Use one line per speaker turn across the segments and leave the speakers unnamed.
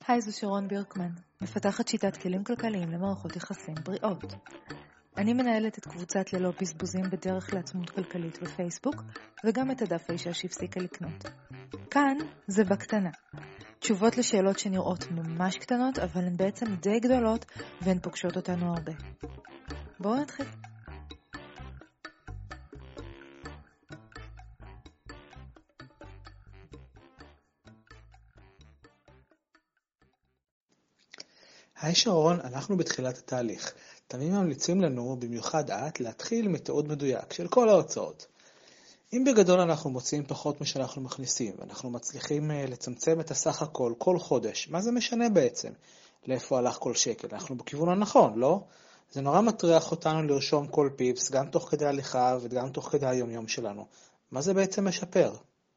היי, זו שרון בירקמן, מפתחת שיטת כלים כלכליים למערכות יחסים בריאות. אני מנהלת את קבוצת ללא בזבוזים בדרך לעצמות כלכלית בפייסבוק, וגם את הדף האישה שהפסיקה לקנות. כאן זה בקטנה. תשובות לשאלות שנראות ממש קטנות, אבל הן בעצם די גדולות, והן פוגשות אותנו הרבה. בואו נתחיל.
היי שרון, אנחנו בתחילת התהליך. תמיד ממליצים לנו, במיוחד את, להתחיל מתיעוד מדויק של כל ההוצאות. אם בגדול אנחנו מוצאים פחות משאנחנו מכניסים, ואנחנו מצליחים לצמצם את הסך הכל כל חודש, מה זה משנה בעצם? לאיפה הלך כל שקל? אנחנו בכיוון הנכון, לא? זה נורא מטריח אותנו לרשום כל פיפס, גם תוך כדי הליכה וגם תוך כדי היום-יום שלנו. מה זה בעצם משפר?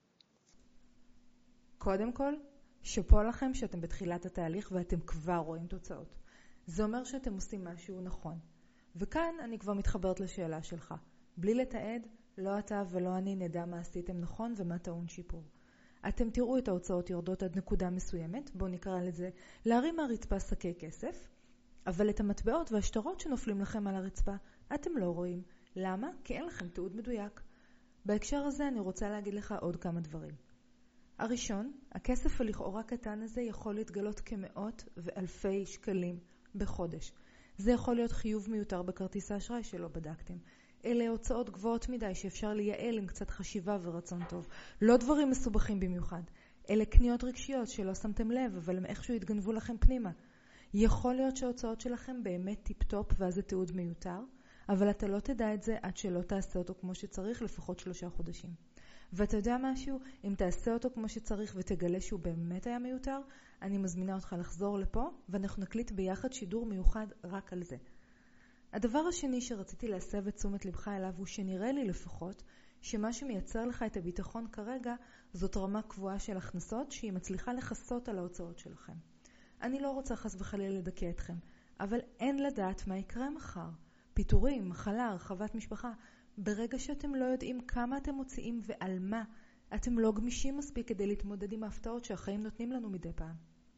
קודם כל, שפו לכם שאתם בתחילת התהליך ואתם כבר רואים תוצאות. זה אומר שאתם עושים משהו נכון. וכאן אני כבר מתחברת לשאלה שלך. בלי לתעד, לא אתה ולא אני נדע מה עשיתם נכון ומה טעון שיפור. אתם תראו את ההוצאות יורדות עד נקודה מסוימת, בואו נקרא לזה להרים מהרצפה שקי כסף, אבל את המטבעות והשטרות שנופלים לכם על הרצפה, אתם לא רואים. למה? כי אין לכם תיעוד מדויק. בהקשר הזה אני רוצה להגיד לך עוד כמה דברים. הראשון, הכסף הלכאורה קטן הזה יכול להתגלות כמאות ואלפי שקלים בחודש. זה יכול להיות חיוב מיותר בכרטיס האשראי שלא בדקתם. אלה הוצאות גבוהות מדי שאפשר לייעל עם קצת חשיבה ורצון טוב. לא דברים מסובכים במיוחד. אלה קניות רגשיות שלא שמתם לב, אבל הם איכשהו יתגנבו לכם פנימה. יכול להיות שההוצאות שלכם באמת טיפ-טופ ואז זה תיעוד מיותר, אבל אתה לא תדע את זה עד שלא תעשה אותו כמו שצריך לפחות 3 חודשים. ואתה יודע משהו? אם תעשה אותו כמו שצריך ותגלה שהוא באמת היה מיותר, אני מזמינה אותך לחזור לפה ואנחנו נקליט ביחד שידור מיוחד רק על זה. הדבר השני שרציתי להסב את תשומת לבך אליו הוא שנראה לי לפחות שמה שמייצר לך את הביטחון כרגע זאת רמה קבועה של הכנסות שהיא מצליחה לחסות על ההוצאות שלכם. אני לא רוצה חס וחלילה לדכא אתכם, אבל אין לדעת מה יקרה מחר. פיטורים, מחלה, הרחבת משפחה. ברגע שאתם לא יודעים כמה אתם מוציאים ועל מה, אתם לא גמישים מספיק כדי להתמודד עם ההפתעות שהחיים נותנים לנו מדי פעם.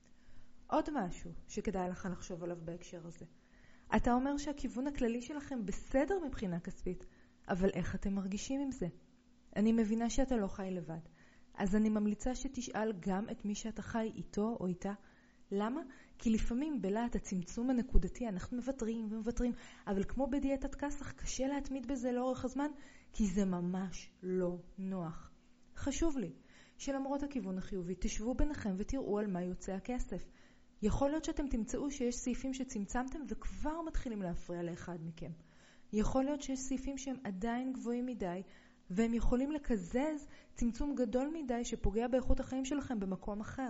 עוד משהו שכדאי לך לחשוב עליו בהקשר הזה. אתה אומר שהכיוון הכללי שלכם בסדר מבחינה כספית, אבל איך אתם מרגישים עם זה? אני מבינה שאתה לא חי לבד, אז אני ממליצה שתשאל גם את מי שאתה חי איתו או איתה. למה? כי לפעמים בלהט הצמצום הנקודתי אנחנו מוותרים, אבל כמו בדיאטת כסח קשה להתמיד בזה לאורך הזמן, כי זה ממש לא נוח. חשוב לי שלמרות הכיוון החיובי תשבו ביניכם ותראו על מה יוצא הכסף. יכול להיות שאתם תמצאו שיש סעיפים שצמצמתם וכבר מתחילים להפריע לאחד מכם. יכול להיות שיש סעיפים שהם עדיין גבוהים מדי, והם יכולים לקזז צמצום גדול מדי שפוגע באיכות החיים שלכם במקום אחר.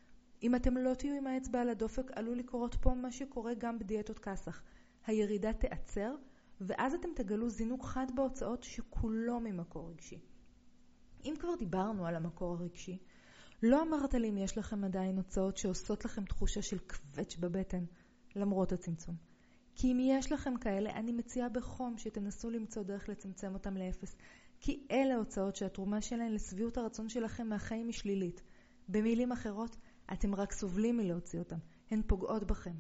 אם אתם לא תהיו עם האצבע על הדופק, עלול לקרות פה מה שקורה גם בדיאטות כסח. הירידה תיעצר, ואז אתם תגלו זינוק חד בהוצאות שכולו ממקור רגשי. אם כבר דיברנו על המקור הרגשי, לא אמרת לי אם יש לכם עדיין הוצאות שעושות לכם תחושה של כווץ' בבטן, למרות הצמצום. כי אם יש לכם כאלה, אני מציעה בחום שתנסו למצוא דרך לצמצם אותם לאפס, כי אלה הוצאות שהתרומה שלהן לשביעות הרצון שלכם מהחיים היא שלילית. במילים אחרות, אתם רק סובלים מלהוציא אותם. הן פוגעות בכם.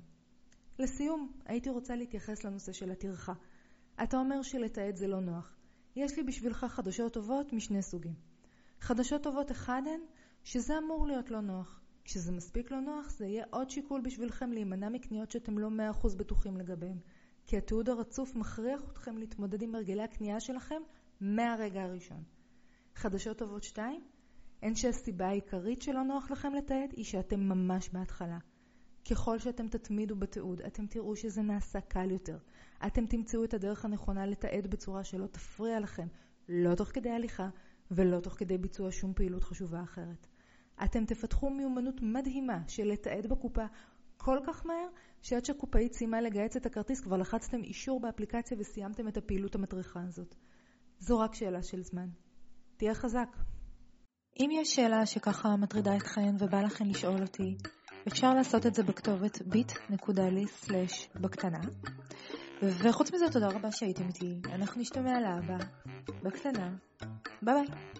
לסיום, הייתי רוצה להתייחס לנושא של הטרחה. אתה אומר שלתעד זה לא נוח. יש לי בשבילך חדשות טובות משני סוגים. חדשות טובות אחד הן שזה אמור להיות לא נוח. כשזה מספיק לא נוח, זה יהיה עוד שיקול בשבילכם להימנע מקניות שאתם לא 100% בטוחים לגביהם. כי התיעוד הרצוף מכריח אתכם להתמודד עם הרגלי הקנייה שלכם מהרגע הראשון. חדשות טובות 2, אין שהסיבה העיקרית שלא נוח לכם לתעד היא שאתם ממש בהתחלה. ככל שאתם תתמידו בתיעוד, אתם תראו שזה נעשה קל יותר. אתם תמצאו את הדרך הנכונה לתעד בצורה שלא תפריע לכם, לא תוך כדי הליכה ולא תוך כדי ביצוע שום פעילות חשובה אחרת. אתם תפתחו מיומנות מדהימה של לתעד בקופה כל כך מהר, שעד שהקופאית סיימה לגייס את הכרטיס כבר לחצתם אישור באפליקציה וסיימתם את הפעילות המטריחה הזאת. זו רק שאלה של זמן. תהיה חזק. אם יש שאלה שככה מטרידה אתכן ובא לכן לשאול אותי, אפשר לעשות את זה בכתובת bit.ly/בקטנה. וחוץ מזה תודה רבה שהייתם איתי. אנחנו נשתמע להבא. בקטנה. ביי ביי.